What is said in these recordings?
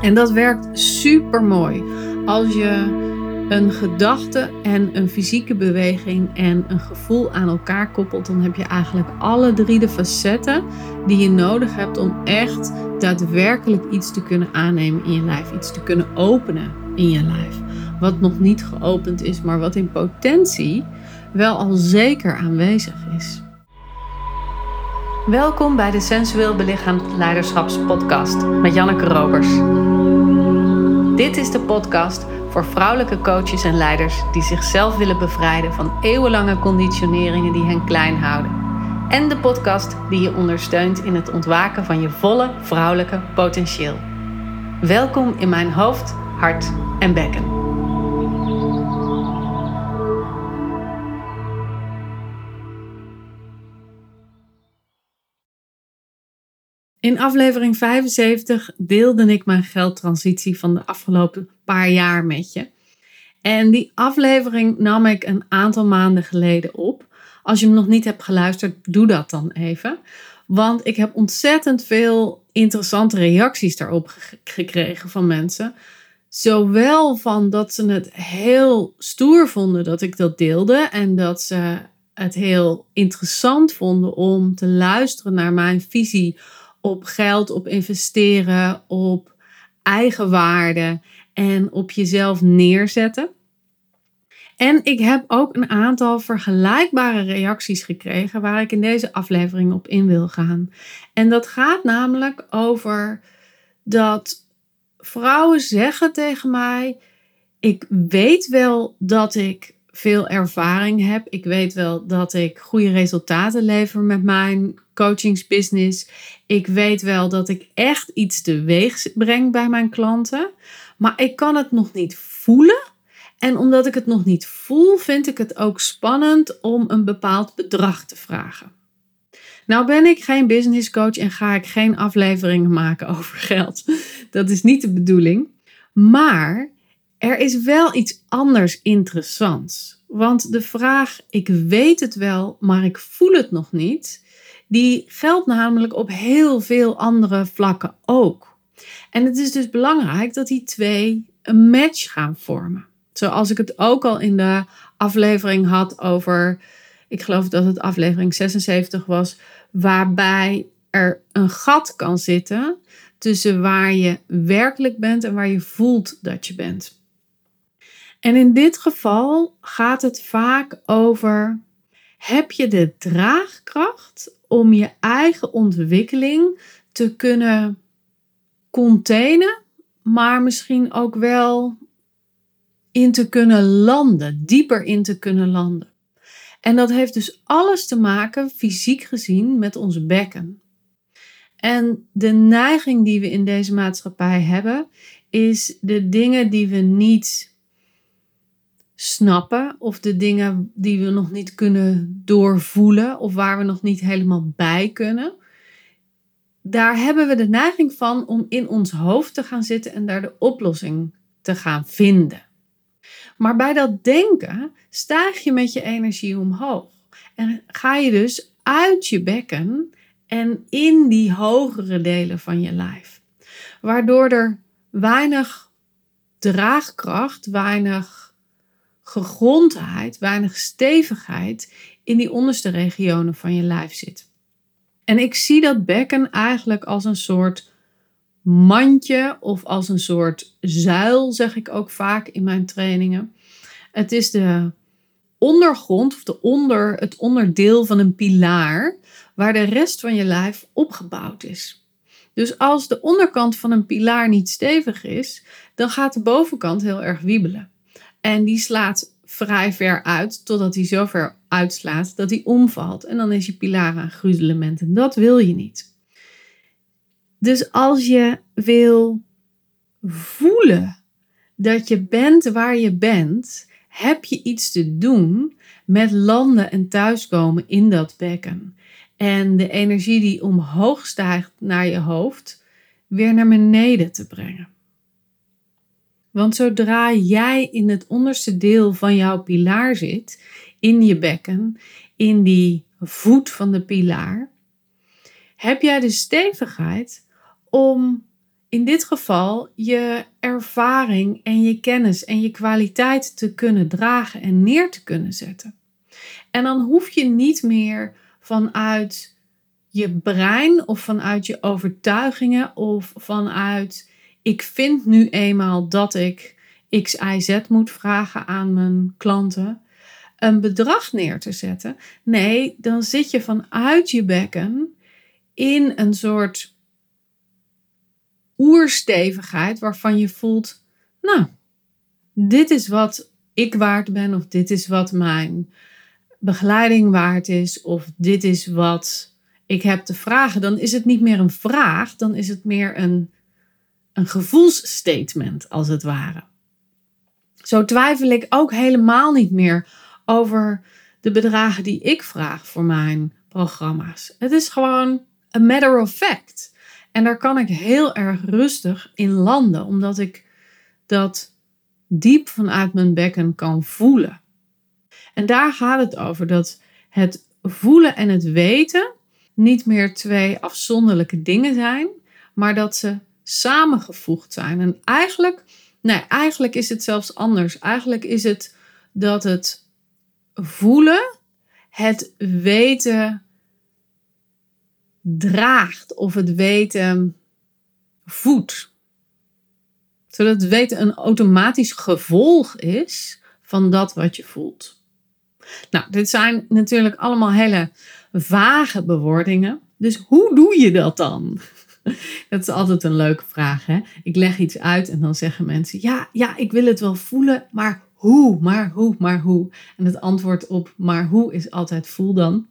En dat werkt super mooi als je een gedachte en een fysieke beweging en een gevoel aan elkaar koppelt. Dan heb je eigenlijk alle 3 de facetten die je nodig hebt om echt daadwerkelijk iets te kunnen aannemen in je lijf. Iets te kunnen openen in je lijf. Wat nog niet geopend is, maar wat in potentie wel al zeker aanwezig is. Welkom bij de Sensueel Belichaamd Leiderschapspodcast met Janneke Robers. Dit is de podcast voor vrouwelijke coaches en leiders die zichzelf willen bevrijden van eeuwenlange conditioneringen die hen klein houden. En de podcast die je ondersteunt in het ontwaken van je volle vrouwelijke potentieel. Welkom in mijn hoofd, hart en bekken. In aflevering 75 deelde ik mijn geldtransitie van de afgelopen paar jaar met je. En die aflevering nam ik een aantal maanden geleden op. Als je hem nog niet hebt geluisterd, doe dat dan even. Want ik heb ontzettend veel interessante reacties daarop gekregen van mensen. Zowel van dat ze het heel stoer vonden dat ik dat deelde. En dat ze het heel interessant vonden om te luisteren naar mijn visie op geld, op investeren, op eigenwaarde en op jezelf neerzetten. En ik heb ook een aantal vergelijkbare reacties gekregen waar ik in deze aflevering op in wil gaan. En dat gaat namelijk over dat vrouwen zeggen tegen mij: ik weet wel dat ik veel ervaring heb. Ik weet wel dat ik goede resultaten lever met mijn coachingsbusiness. Ik weet wel dat ik echt iets teweeg breng bij mijn klanten. Maar ik kan het nog niet voelen. En omdat ik het nog niet voel, vind ik het ook spannend om een bepaald bedrag te vragen. Nou ben ik geen business coach en ga ik geen afleveringen maken over geld. Dat is niet de bedoeling. Maar er is wel iets anders interessants. Want de vraag, ik weet het wel, maar ik voel het nog niet, die geldt namelijk op heel veel andere vlakken ook. En het is dus belangrijk dat die 2 een match gaan vormen. Zoals ik het ook al in de aflevering had over, ik geloof dat het aflevering 76 was, waarbij er een gat kan zitten tussen waar je werkelijk bent en waar je voelt dat je bent. En in dit geval gaat het vaak over, heb je de draagkracht om je eigen ontwikkeling te kunnen containen, maar misschien ook wel in te kunnen landen, dieper in te kunnen landen. En dat heeft dus alles te maken, fysiek gezien, met ons bekken. En de neiging die we in deze maatschappij hebben, is de dingen die we niet snappen, of de dingen die we nog niet kunnen doorvoelen, of waar we nog niet helemaal bij kunnen. Daar hebben we de neiging van om in ons hoofd te gaan zitten en daar de oplossing te gaan vinden. Maar bij dat denken stijg je met je energie omhoog. En ga je dus uit je bekken en in die hogere delen van je lijf. Waardoor er weinig draagkracht, weinig gegrondheid, weinig stevigheid in die onderste regionen van je lijf zit. En ik zie dat bekken eigenlijk als een soort mandje of als een soort zuil, zeg ik ook vaak in mijn trainingen. Het is de ondergrond of het onderdeel van een pilaar waar de rest van je lijf opgebouwd is. Dus als de onderkant van een pilaar niet stevig is, dan gaat de bovenkant heel erg wiebelen. En die slaat vrij ver uit, totdat hij zo ver uitslaat dat hij omvalt. En dan is je pilaar aan gruzelement en dat wil je niet. Dus als je wil voelen dat je bent waar je bent, heb je iets te doen met landen en thuiskomen in dat bekken. En de energie die omhoog stijgt naar je hoofd, weer naar beneden te brengen. Want zodra jij in het onderste deel van jouw pilaar zit, in je bekken, in die voet van de pilaar, heb jij de stevigheid om in dit geval je ervaring en je kennis en je kwaliteit te kunnen dragen en neer te kunnen zetten. En dan hoef je niet meer vanuit je brein of vanuit je overtuigingen of vanuit ik vind nu eenmaal dat ik X, Y, Z moet vragen aan mijn klanten een bedrag neer te zetten. Nee, dan zit je vanuit je bekken in een soort oerstevigheid waarvan je voelt, nou, dit is wat ik waard ben of dit is wat mijn begeleiding waard is of dit is wat ik heb te vragen. Dan is het niet meer een vraag, dan is het meer een gevoelsstatement als het ware. Zo twijfel ik ook helemaal niet meer over de bedragen die ik vraag voor mijn programma's. Het is gewoon a matter of fact. En daar kan ik heel erg rustig in landen, omdat ik dat diep vanuit mijn bekken kan voelen. En daar gaat het over, dat het voelen en het weten niet meer twee afzonderlijke dingen zijn, maar dat ze samengevoegd zijn. En eigenlijk is het zelfs anders. Eigenlijk is het dat het voelen het weten draagt of het weten voedt. Zodat het weten een automatisch gevolg is van dat wat je voelt. Nou, dit zijn natuurlijk allemaal hele vage bewoordingen. Dus hoe doe je dat dan? Dat is altijd een leuke vraag, hè? Ik leg iets uit en dan zeggen mensen, ja, ik wil het wel voelen, maar hoe? En het antwoord op maar hoe is altijd voel dan.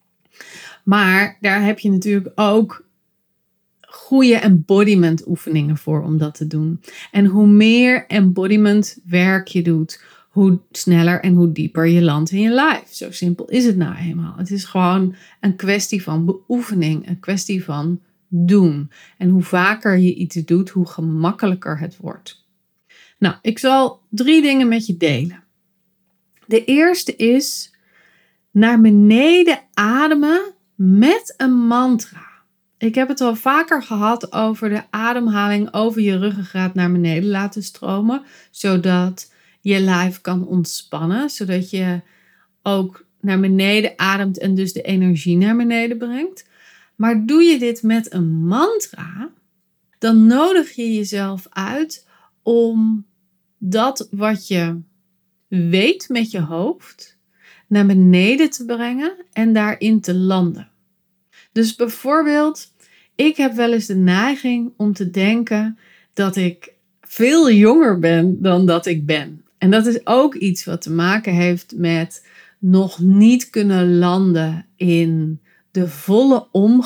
Maar daar heb je natuurlijk ook goede embodiment oefeningen voor om dat te doen. En hoe meer embodiment werk je doet, hoe sneller en hoe dieper je landt in je lijf. Zo simpel is het nou eenmaal. Het is gewoon een kwestie van beoefening, een kwestie van doen. En hoe vaker je iets doet, hoe gemakkelijker het wordt. Nou, ik zal 3 dingen met je delen. De eerste is naar beneden ademen met een mantra. Ik heb het al vaker gehad over de ademhaling over je ruggengraat naar beneden laten stromen, zodat je lijf kan ontspannen, zodat je ook naar beneden ademt en dus de energie naar beneden brengt. Maar doe je dit met een mantra, dan nodig je jezelf uit om dat wat je weet met je hoofd naar beneden te brengen en daarin te landen. Dus bijvoorbeeld, ik heb wel eens de neiging om te denken dat ik veel jonger ben dan dat ik ben. En dat is ook iets wat te maken heeft met nog niet kunnen landen in de volle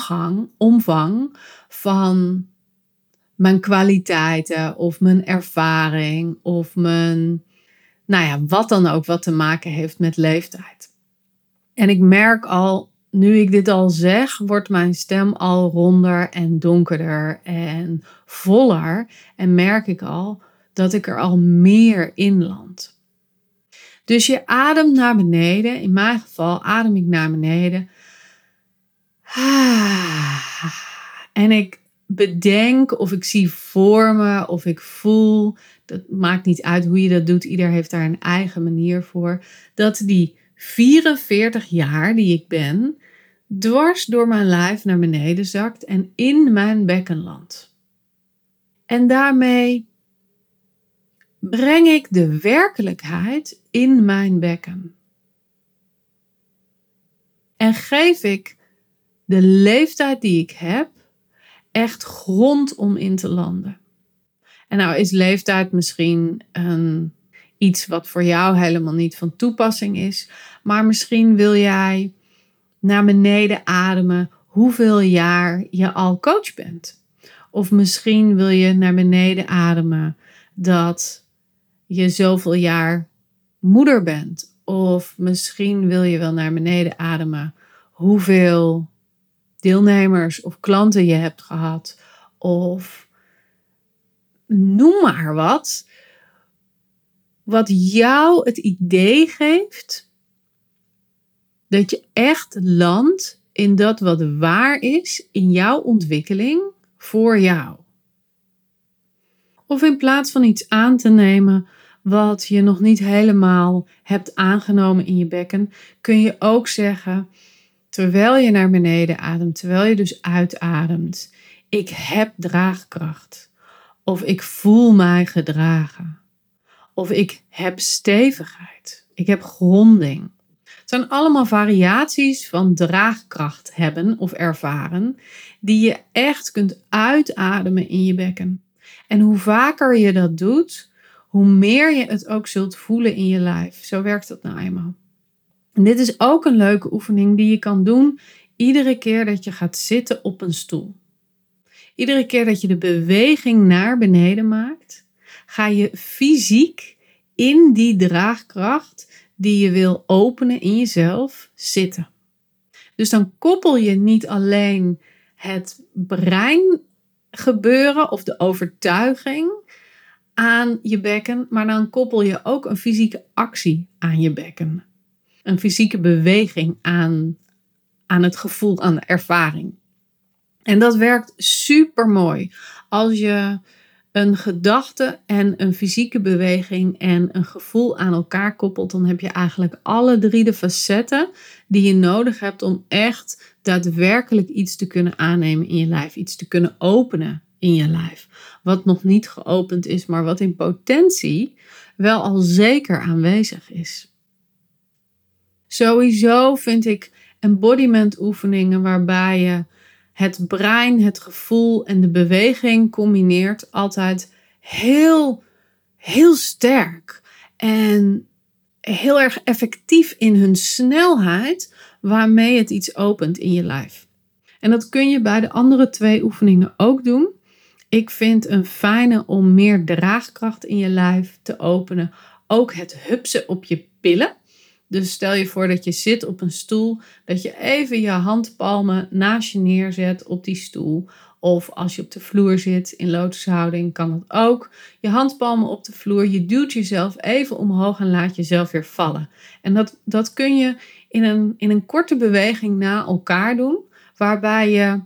omvang van mijn kwaliteiten of mijn ervaring of mijn, wat dan ook wat te maken heeft met leeftijd. En ik merk al, nu ik dit al zeg, wordt mijn stem al ronder en donkerder en voller. En merk ik al dat ik er al meer in land. Dus je ademt naar beneden. In mijn geval adem ik naar beneden. En ik bedenk of ik zie voor me of ik voel. Dat maakt niet uit hoe je dat doet. Ieder heeft daar een eigen manier voor. Dat die 44 jaar die ik ben, dwars door mijn lijf naar beneden zakt en in mijn bekken landt. En daarmee breng ik de werkelijkheid in mijn bekken. En geef ik de leeftijd die ik heb echt grond om in te landen. En nou is leeftijd misschien iets wat voor jou helemaal niet van toepassing is. Maar misschien wil jij naar beneden ademen hoeveel jaar je al coach bent. Of misschien wil je naar beneden ademen dat je zoveel jaar moeder bent. Of misschien wil je wel naar beneden ademen hoeveel deelnemers of klanten je hebt gehad. Of noem maar wat. Wat jou het idee geeft dat je echt landt in dat wat waar is in jouw ontwikkeling voor jou. Of in plaats van iets aan te nemen wat je nog niet helemaal hebt aangenomen in je bekken, kun je ook zeggen, terwijl je naar beneden ademt, terwijl je dus uitademt, ik heb draagkracht. Of ik voel mij gedragen. Of ik heb stevigheid. Ik heb gronding. Het zijn allemaal variaties van draagkracht hebben of ervaren, die je echt kunt uitademen in je bekken. En hoe vaker je dat doet, hoe meer je het ook zult voelen in je lijf. Zo werkt dat nou eenmaal. En dit is ook een leuke oefening die je kan doen iedere keer dat je gaat zitten op een stoel. Iedere keer dat je de beweging naar beneden maakt, ga je fysiek in die draagkracht die je wil openen in jezelf zitten. Dus dan koppel je niet alleen het brein gebeuren of de overtuiging aan je bekken, maar dan koppel je ook een fysieke actie aan je bekken. Een fysieke beweging aan het gevoel, aan de ervaring. En dat werkt super mooi. Als je een gedachte en een fysieke beweging en een gevoel aan elkaar koppelt, dan heb je eigenlijk alle 3 de facetten die je nodig hebt om echt daadwerkelijk iets te kunnen aannemen in je lijf. Iets te kunnen openen in je lijf. Wat nog niet geopend is, maar wat in potentie wel al zeker aanwezig is. Sowieso vind ik embodiment oefeningen waarbij je het brein, het gevoel en de beweging combineert altijd heel, heel sterk. En heel erg effectief in hun snelheid waarmee het iets opent in je lijf. En dat kun je bij de andere 2 oefeningen ook doen. Ik vind een fijne om meer draagkracht in je lijf te openen. Ook het hupsen op je billen. Dus stel je voor dat je zit op een stoel, dat je even je handpalmen naast je neerzet op die stoel. Of als je op de vloer zit in lotushouding kan dat ook. Je handpalmen op de vloer, je duwt jezelf even omhoog en laat jezelf weer vallen. En dat kun je in een korte beweging na elkaar doen, waarbij je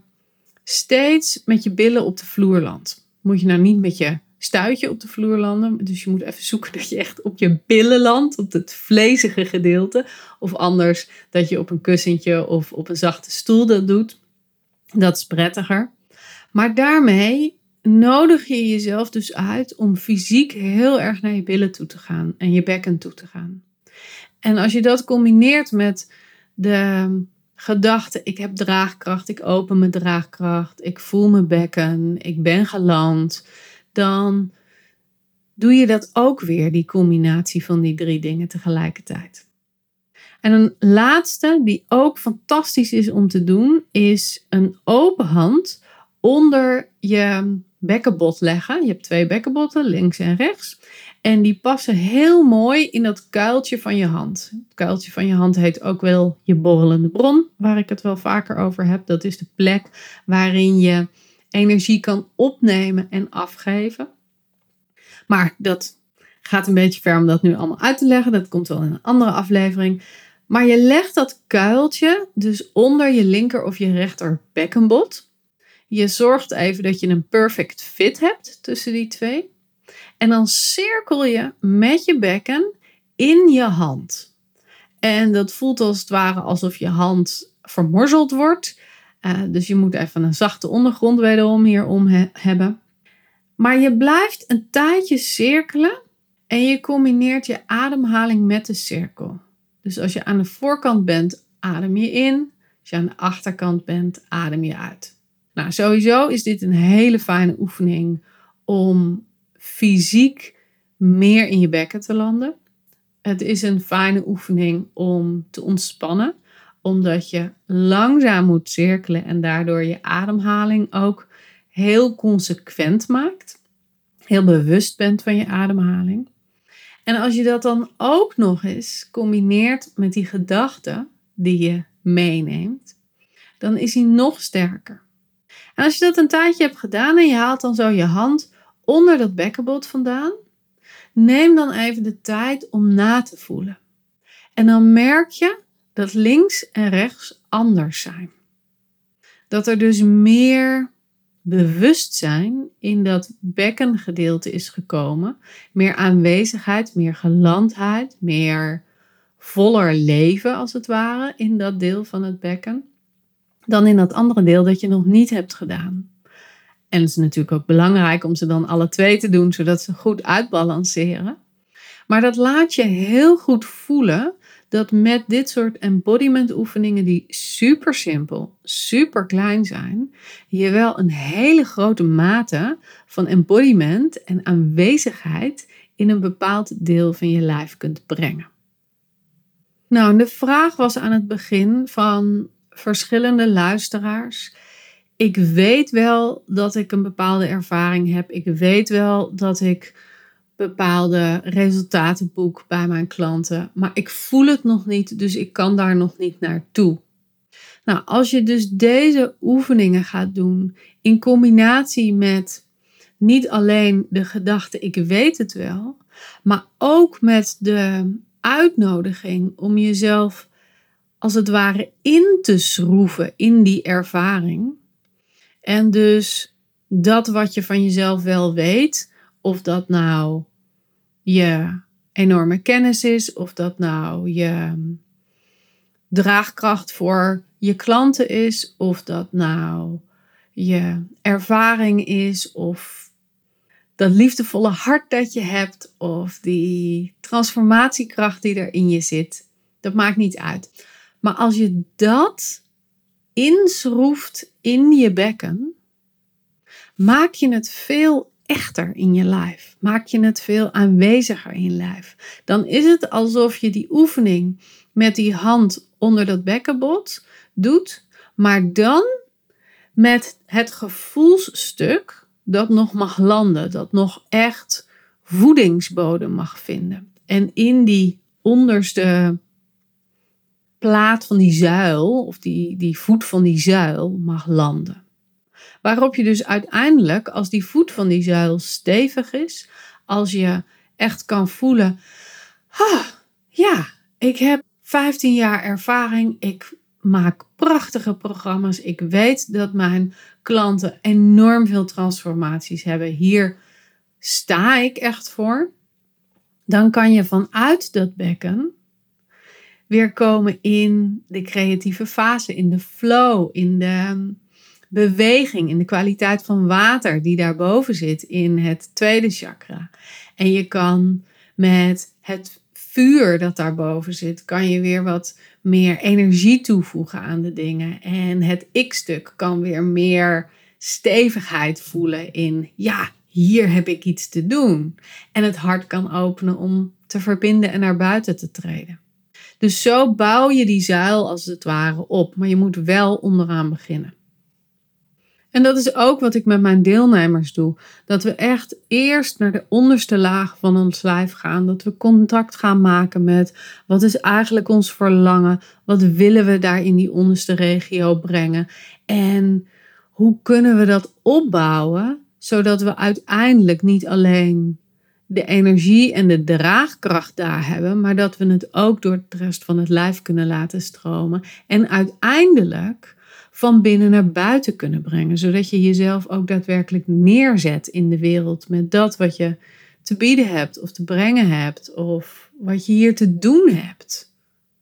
steeds met je billen op de vloer landt. Moet je nou niet met je stuitje op de vloer landen. Dus je moet even zoeken dat je echt op je billen landt, op het vlezige gedeelte. Of anders dat je op een kussentje of op een zachte stoel dat doet. Dat is prettiger. Maar daarmee nodig je jezelf dus uit om fysiek heel erg naar je billen toe te gaan en je bekken toe te gaan. En als je dat combineert met de gedachte, ik heb draagkracht, ik open mijn draagkracht, ik voel mijn bekken, ik ben geland, dan doe je dat ook weer, die combinatie van die 3 dingen tegelijkertijd. En een laatste die ook fantastisch is om te doen, is een open hand onder je bekkenbot leggen. Je hebt 2 bekkenbotten, links en rechts. En die passen heel mooi in dat kuiltje van je hand. Het kuiltje van je hand heet ook wel je borrelende bron, waar ik het wel vaker over heb. Dat is de plek waarin je energie kan opnemen en afgeven. Maar dat gaat een beetje ver om dat nu allemaal uit te leggen. Dat komt wel in een andere aflevering. Maar je legt dat kuiltje dus onder je linker of je rechter bekkenbot. Je zorgt even dat je een perfect fit hebt tussen die 2. En dan cirkel je met je bekken in je hand. En dat voelt als het ware alsof je hand vermorzeld wordt. Dus je moet even een zachte ondergrond wederom hierom hebben. Maar je blijft een tijdje cirkelen en je combineert je ademhaling met de cirkel. Dus als je aan de voorkant bent, adem je in. Als je aan de achterkant bent, adem je uit. Nou, sowieso is dit een hele fijne oefening om fysiek meer in je bekken te landen. Het is een fijne oefening om te ontspannen, omdat je langzaam moet cirkelen en daardoor je ademhaling ook heel consequent maakt. Heel bewust bent van je ademhaling. En als je dat dan ook nog eens combineert met die gedachten die je meeneemt, dan is die nog sterker. En als je dat een tijdje hebt gedaan en je haalt dan zo je hand onder dat bekkenbot vandaan, neem dan even de tijd om na te voelen. En dan merk je dat links en rechts anders zijn. Dat er dus meer bewustzijn in dat bekkengedeelte is gekomen. Meer aanwezigheid, meer gelandheid, meer voller leven als het ware in dat deel van het bekken. Dan in dat andere deel dat je nog niet hebt gedaan. En het is natuurlijk ook belangrijk om ze dan alle twee te doen, zodat ze goed uitbalanceren. Maar dat laat je heel goed voelen dat met dit soort embodiment oefeningen die super simpel, super klein zijn, je wel een hele grote mate van embodiment en aanwezigheid in een bepaald deel van je lijf kunt brengen. Nou, de vraag was aan het begin van verschillende luisteraars. Ik weet wel dat ik een bepaalde ervaring heb. Ik weet wel dat ik bepaalde resultaten boek bij mijn klanten. Maar ik voel het nog niet, dus ik kan daar nog niet naartoe. Nou, als je dus deze oefeningen gaat doen in combinatie met niet alleen de gedachte ik weet het wel, maar ook met de uitnodiging om jezelf als het ware in te schroeven in die ervaring. En dus dat wat je van jezelf wel weet, of dat nou je enorme kennis is, of dat nou je draagkracht voor je klanten is, of dat nou je ervaring is, of dat liefdevolle hart dat je hebt, of die transformatiekracht die er in je zit. Dat maakt niet uit. Maar als je dat inschroeft in je bekken, maak je het veel echter in je lijf. Maak je het veel aanweziger in je lijf. Dan is het alsof je die oefening met die hand onder dat bekkenbod doet, maar dan met het gevoelsstuk dat nog mag landen, dat nog echt voedingsbodem mag vinden. En in die onderste plaat van die zuil, of die voet van die zuil, mag landen. Waarop je dus uiteindelijk, als die voet van die zuil stevig is, als je echt kan voelen, ja, ik heb 15 jaar ervaring, ik maak prachtige programma's, ik weet dat mijn klanten enorm veel transformaties hebben, hier sta ik echt voor. Dan kan je vanuit dat bekken weer komen in de creatieve fase, in de flow, in de beweging, in de kwaliteit van water die daarboven zit in het tweede chakra. En je kan met het vuur dat daarboven zit, kan je weer wat meer energie toevoegen aan de dingen. En het ik-stuk kan weer meer stevigheid voelen in, ja, hier heb ik iets te doen. En het hart kan openen om te verbinden en naar buiten te treden. Dus zo bouw je die zuil als het ware op. Maar je moet wel onderaan beginnen. En dat is ook wat ik met mijn deelnemers doe. Dat we echt eerst naar de onderste laag van ons lijf gaan. Dat we contact gaan maken met wat is eigenlijk ons verlangen. Wat willen we daar in die onderste regio brengen. En hoe kunnen we dat opbouwen. Zodat we uiteindelijk niet alleen de energie en de draagkracht daar hebben. Maar dat we het ook door de rest van het lijf kunnen laten stromen. En uiteindelijk van binnen naar buiten kunnen brengen. Zodat je jezelf ook daadwerkelijk neerzet in de wereld met dat wat je te bieden hebt of te brengen hebt of wat je hier te doen hebt.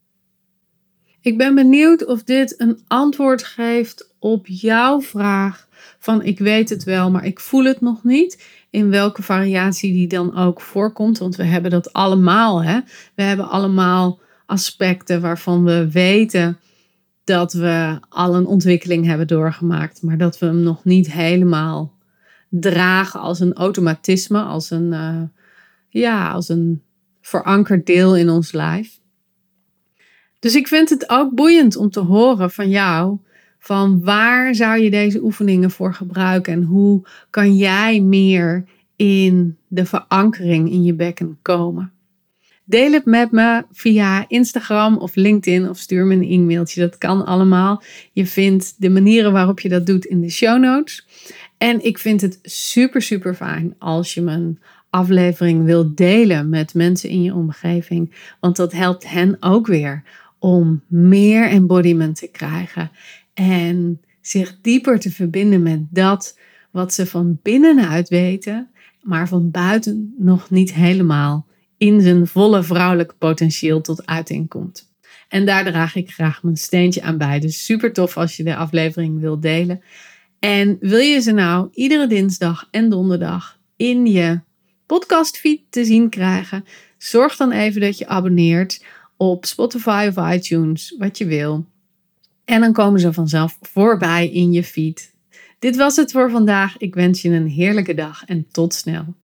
Ik ben benieuwd of dit een antwoord geeft op jouw vraag van ik weet het wel, maar ik voel het nog niet. In welke variatie die dan ook voorkomt, want we hebben dat allemaal. Hè? We hebben allemaal aspecten waarvan we weten dat we al een ontwikkeling hebben doorgemaakt, maar dat we hem nog niet helemaal dragen als een automatisme, als een verankerd deel in ons lijf. Dus ik vind het ook boeiend om te horen van jou, van waar zou je deze oefeningen voor gebruiken en hoe kan jij meer in de verankering in je bekken komen. Deel het met me via Instagram of LinkedIn of stuur me een e-mailtje. Dat kan allemaal. Je vindt de manieren waarop je dat doet in de show notes. En ik vind het super, super fijn als je mijn aflevering wilt delen met mensen in je omgeving. Want dat helpt hen ook weer om meer embodiment te krijgen. En zich dieper te verbinden met dat wat ze van binnenuit weten, maar van buiten nog niet helemaal in zijn volle vrouwelijke potentieel tot uiting komt. En daar draag ik graag mijn steentje aan bij. Dus super tof als je de aflevering wilt delen. En wil je ze nou iedere dinsdag en donderdag in je podcastfeed te zien krijgen? Zorg dan even dat je abonneert op Spotify of iTunes, wat je wil. En dan komen ze vanzelf voorbij in je feed. Dit was het voor vandaag. Ik wens je een heerlijke dag en tot snel.